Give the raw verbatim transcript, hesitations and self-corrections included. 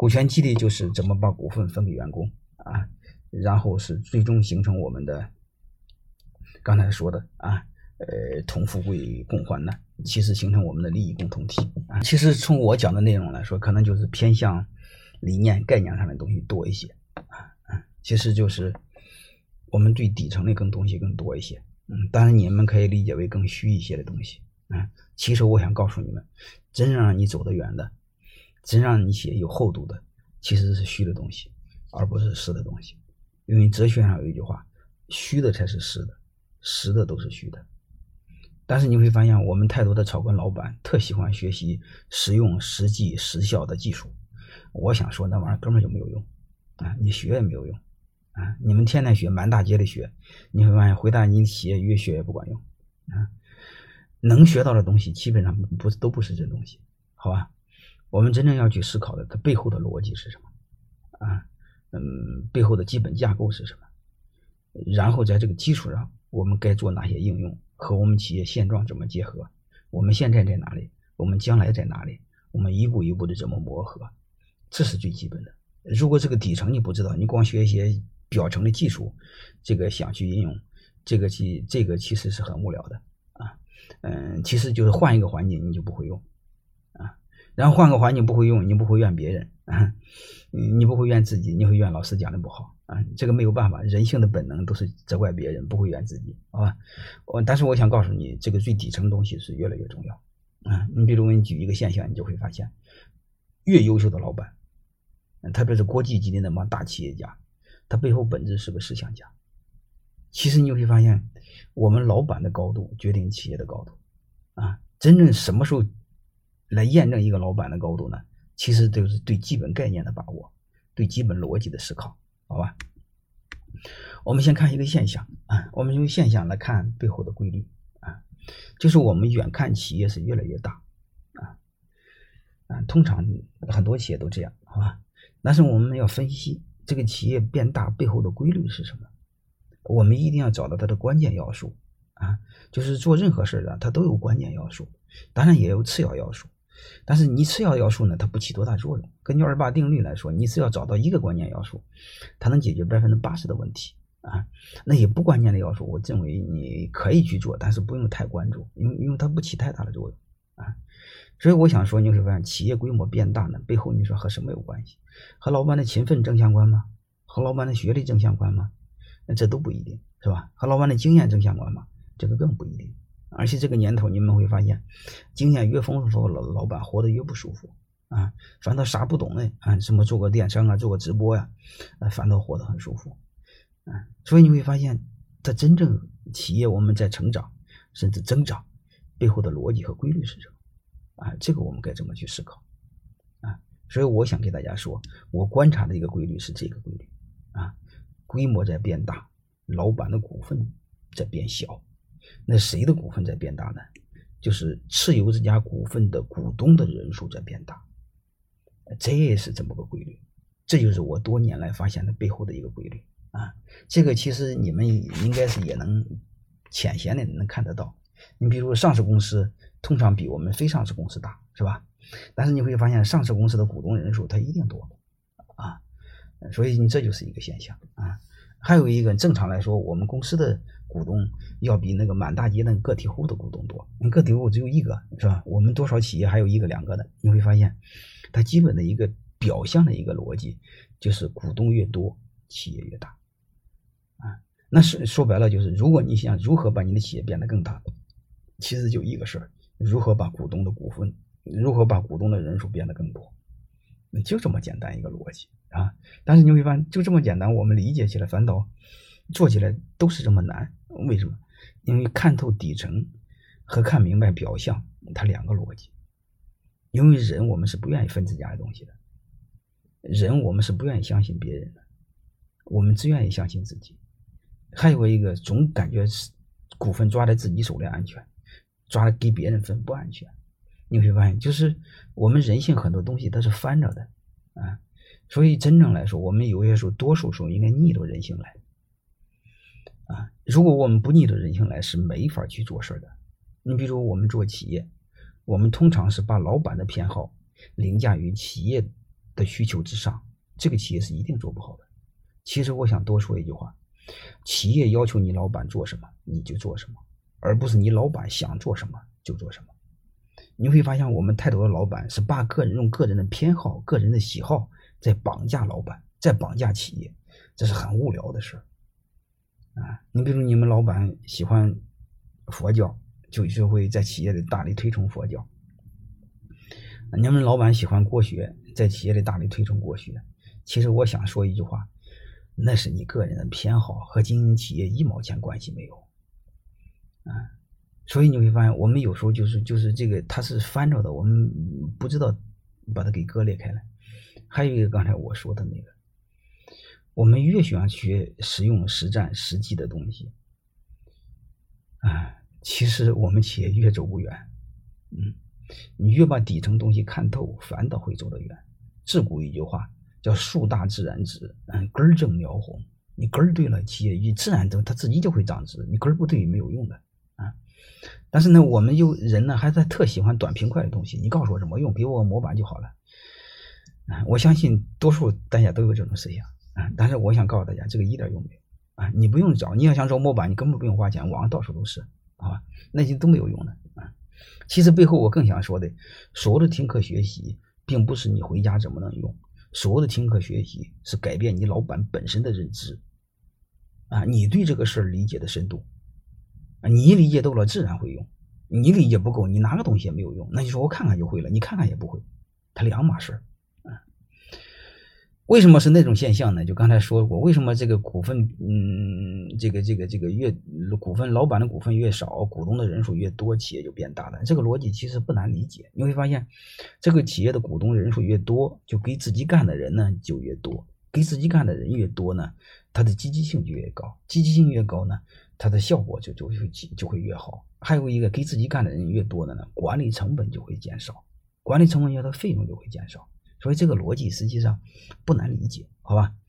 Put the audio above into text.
股权激励就是怎么把股份分给员工啊，然后是最终形成我们的刚才说的啊，呃，同富贵共患难，其实形成我们的利益共同体啊。其实从我讲的内容来说，可能就是偏向理念概念上的东西多一些啊，其实就是我们对底层的更东西更多一些。嗯，当然你们可以理解为更虚一些的东西。嗯，其实我想告诉你们，真让你走得远的，真让你写有厚度的，其实是虚的东西，而不是实的东西。因为哲学上有一句话，虚的才是实的，实的都是虚的。但是你会发现，我们太多的草根老板特喜欢学习实用、实际、实效的技术。我想说，那玩意儿根本就没有用啊！你学也没有用啊！你们天天学，满大街的学，你会发现回答你企业越学也不管用啊！能学到的东西基本上不都不是这东西，好吧？我们真正要去思考的，它背后的逻辑是什么啊？嗯，背后的基本架构是什么？然后在这个基础上，我们该做哪些应用，和我们企业现状怎么结合？我们现在在哪里？我们将来在哪里？我们一步一步的怎么磨合？这是最基本的。如果这个底层你不知道，你光学一些表层的技术，这个想去应用，这个其这个其实是很无聊的啊。嗯，其实就是换一个环境你就不会用啊，然后换个环境不会用，你不会怨别人啊，你不会怨自己，你会怨老师讲的不好啊。这个没有办法，人性的本能都是责怪别人，不会怨自己，好吧？我但是我想告诉你，这个最底层的东西是越来越重要啊。你比如你举一个现象，你就会发现，越优秀的老板，特别是国际级的那帮大企业家，他背后本质是个思想家。其实你会发现，我们老板的高度决定企业的高度啊。真正什么时候来验证一个老板的高度呢？其实就是对基本概念的把握，对基本逻辑的思考，好吧？我们先看一个现象啊，我们用现象来看背后的规律啊，就是我们远看企业是越来越大啊啊，通常很多企业都这样，好吧？但是我们要分析这个企业变大背后的规律是什么。我们一定要找到它的关键要素啊，就是做任何事啊，它都有关键要素，当然也有次要要素。但是你次要要素呢，它不起多大作用。根据二八定律来说，你只要找到一个关键要素，它能解决百分之八十的问题啊。那些不关键的要素，我认为你可以去做，但是不用太关注，因为因为它不起太大的作用啊。所以我想说，你会发现企业规模变大呢，背后你说和什么有关系？和老板的勤奋正相关吗？和老板的学历正相关吗？这都不一定，是吧？和老板的经验正相关吗？这个更不一定。而且这个年头你们会发现，经验越丰富，老老板活得越不舒服啊。反倒啥不懂的啊，什么做个电商啊，做个直播呀、啊，反倒活得很舒服啊。所以你会发现，它真正企业我们在成长甚至增长背后的逻辑和规律是什么啊？这个我们该怎么去思考啊？所以我想给大家说，我观察的一个规律是这个规律啊。规模在变大，老板的股份在变小，那谁的股份在变大呢？就是持有这家股份的股东的人数在变大，这也是这么个规律。这就是我多年来发现的背后的一个规律啊。这个其实你们应该是也能浅显的能看得到。你比如上市公司通常比我们非上市公司大，是吧？但是你会发现上市公司的股东人数它一定多啊。所以你这就是一个现象啊。还有一个正常来说，我们公司的股东要比那个满大街那个个体户的股东多，个体户只有一个，是吧？我们多少企业还有一个两个的，你会发现它基本的一个表象的一个逻辑就是股东越多企业越大啊。那是说白了就是，如果你想如何把你的企业变得更大，其实就一个事儿，如何把股东的股份，如何把股东的人数变得更多，就这么简单一个逻辑啊。但是你会发现就这么简单，我们理解起来反倒做起来都是这么难。为什么？因为看透底层和看明白表象它两个逻辑。因为人我们是不愿意分自家的东西的，人我们是不愿意相信别人的，我们只愿意相信自己。还有一个总感觉股份抓在自己手里安全，抓给别人分不安全。你会发现就是我们人性很多东西它是翻着的啊。所以真正来说，我们有些时候多数时候应该逆着人性来啊。如果我们不逆着人性来，是没法去做事的。你比如我们做企业，我们通常是把老板的偏好凌驾于企业的需求之上，这个企业是一定做不好的。其实我想多说一句话，企业要求你老板做什么你就做什么，而不是你老板想做什么就做什么。你会发现我们太多的老板是把个人用个人的偏好、个人的喜好在绑架老板，在绑架企业，这是很无聊的事啊。你比如你们老板喜欢佛教，就就会在企业里大力推崇佛教；你们老板喜欢国学，在企业里大力推崇国学。其实我想说一句话，那是你个人的偏好，和经营企业一毛钱关系没有啊。所以你会发现我们有时候就是就是这个它是翻着的，我们不知道把它给割裂开来。还有一个刚才我说的那个，我们越喜欢学实用实战实际的东西啊，其实我们企业越走不远。嗯，你越把底层东西看透，反倒会走得远。自古一句话叫树大自然直，嗯，根正苗红。你根儿对了，企业自然它自己就会长直，你根儿不对没有用的啊。但是呢，我们又人呢还在特喜欢短平快的东西，你告诉我怎么用，给我个模板就好了。啊，我相信多数大家都有这种思想啊，但是我想告诉大家，这个一点用没有啊！你不用找，你要想找模板，你根本不用花钱，网上到处都是，好吧？那些都没有用的啊。其实背后我更想说的，所有的听课学习，并不是你回家怎么能用，所有的听课学习是改变你老板本身的认知啊，你对这个事儿理解的深度啊，你理解够了自然会用，你理解不够，你拿个东西也没有用，那你说我看看就会了，你看看也不会，它两码事儿。为什么是那种现象呢？就刚才说过，为什么这个股份，嗯，这个这个这个越股份老板的股份越少，股东的人数越多，企业就变大了。这个逻辑其实不难理解。你会发现，这个企业的股东人数越多，就给自己干的人呢就越多，给自己干的人越多呢，他的积极性就越高，积极性越高呢，它的效果就就会就会越好。还有一个，给自己干的人越多的呢，管理成本就会减少，管理成本越多，费用就会减少。所以这个逻辑实际上不难理解，好吧？